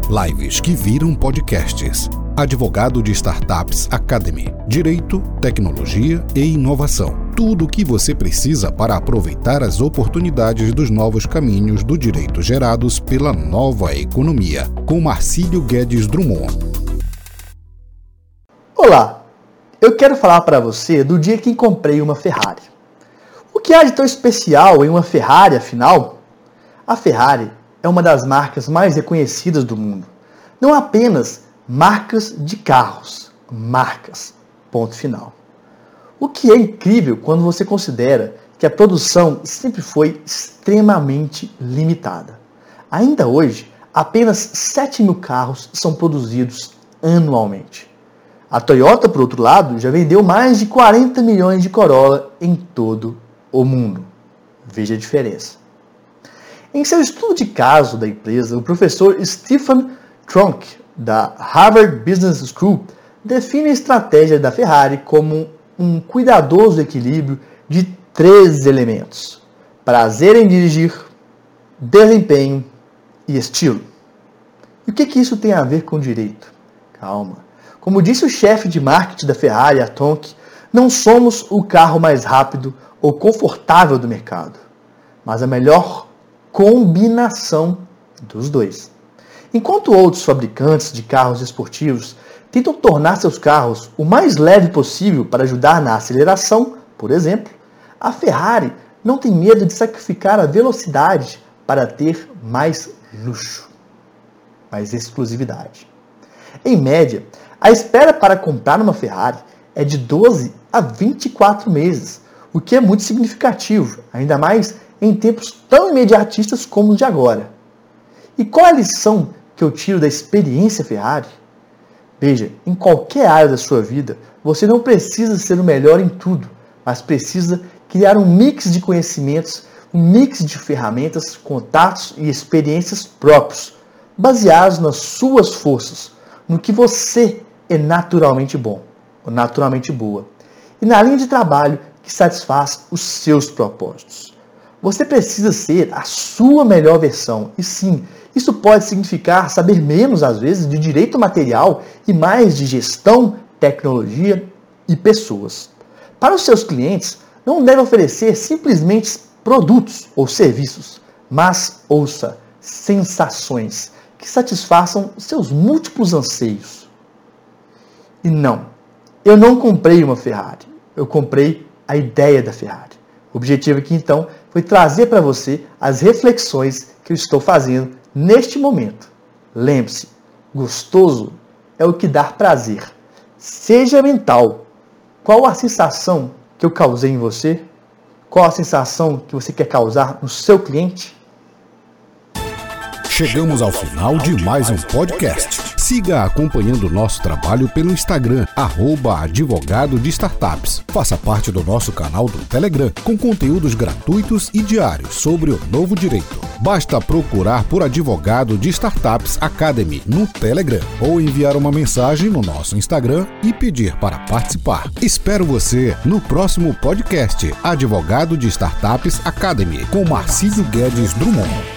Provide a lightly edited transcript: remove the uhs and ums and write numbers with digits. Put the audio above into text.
Lives que viram podcasts. Advogado de Startups Academy. Direito, tecnologia e inovação. Tudo o que você precisa para aproveitar as oportunidades dos novos caminhos do direito gerados pela nova economia. Com Marcílio Guedes Drummond. Olá, eu quero falar para você do dia que comprei uma Ferrari. O que há de tão especial em uma Ferrari, afinal? A Ferrari é uma das marcas mais reconhecidas do mundo. Não apenas marcas de carros, marcas, ponto final. O que é incrível quando você considera que a produção sempre foi extremamente limitada. Ainda hoje, apenas 7 mil carros são produzidos anualmente. A Toyota, por outro lado, já vendeu mais de 40 milhões de Corolla em todo o mundo. Veja a diferença. Em seu estudo de caso da empresa, o professor Stephen Tronk, da Harvard Business School, define a estratégia da Ferrari como um cuidadoso equilíbrio de 3 elementos: prazer em dirigir, desempenho e estilo. E o que isso tem a ver com direito? Calma. Como disse o chefe de marketing da Ferrari, a Tronk, não somos o carro mais rápido ou confortável do mercado, mas a melhor combinação dos dois. Enquanto outros fabricantes de carros esportivos tentam tornar seus carros o mais leve possível para ajudar na aceleração, por exemplo, a Ferrari não tem medo de sacrificar a velocidade para ter mais luxo, mais exclusividade. Em média, a espera para comprar uma Ferrari é de 12 a 24 meses, o que é muito significativo, ainda mais em tempos tão imediatistas como os de agora. E qual é a lição que eu tiro da experiência Ferrari? Veja, em qualquer área da sua vida, você não precisa ser o melhor em tudo, mas precisa criar um mix de conhecimentos, um mix de ferramentas, contatos e experiências próprios, baseados nas suas forças, no que você é naturalmente bom, ou naturalmente boa, e na linha de trabalho que satisfaz os seus propósitos. Você precisa ser a sua melhor versão, e sim, isso pode significar saber menos, às vezes, de direito material e mais de gestão, tecnologia e pessoas. Para os seus clientes, não deve oferecer simplesmente produtos ou serviços, mas, ouça, sensações que satisfaçam seus múltiplos anseios. E não, eu não comprei uma Ferrari, eu comprei a ideia da Ferrari. O objetivo aqui, então, foi trazer para você as reflexões que eu estou fazendo neste momento. Lembre-se, gostoso é o que dá prazer. Seja mental. Qual a sensação que eu causei em você? Qual a sensação que você quer causar no seu cliente? Chegamos ao final de mais um podcast. Siga acompanhando o nosso trabalho pelo Instagram, @advogado de startups. Faça parte do nosso canal do Telegram, com conteúdos gratuitos e diários sobre o novo direito. Basta procurar por Advogado de Startups Academy no Telegram ou enviar uma mensagem no nosso Instagram e pedir para participar. Espero você no próximo podcast Advogado de Startups Academy com Marcílio Guedes Drummond.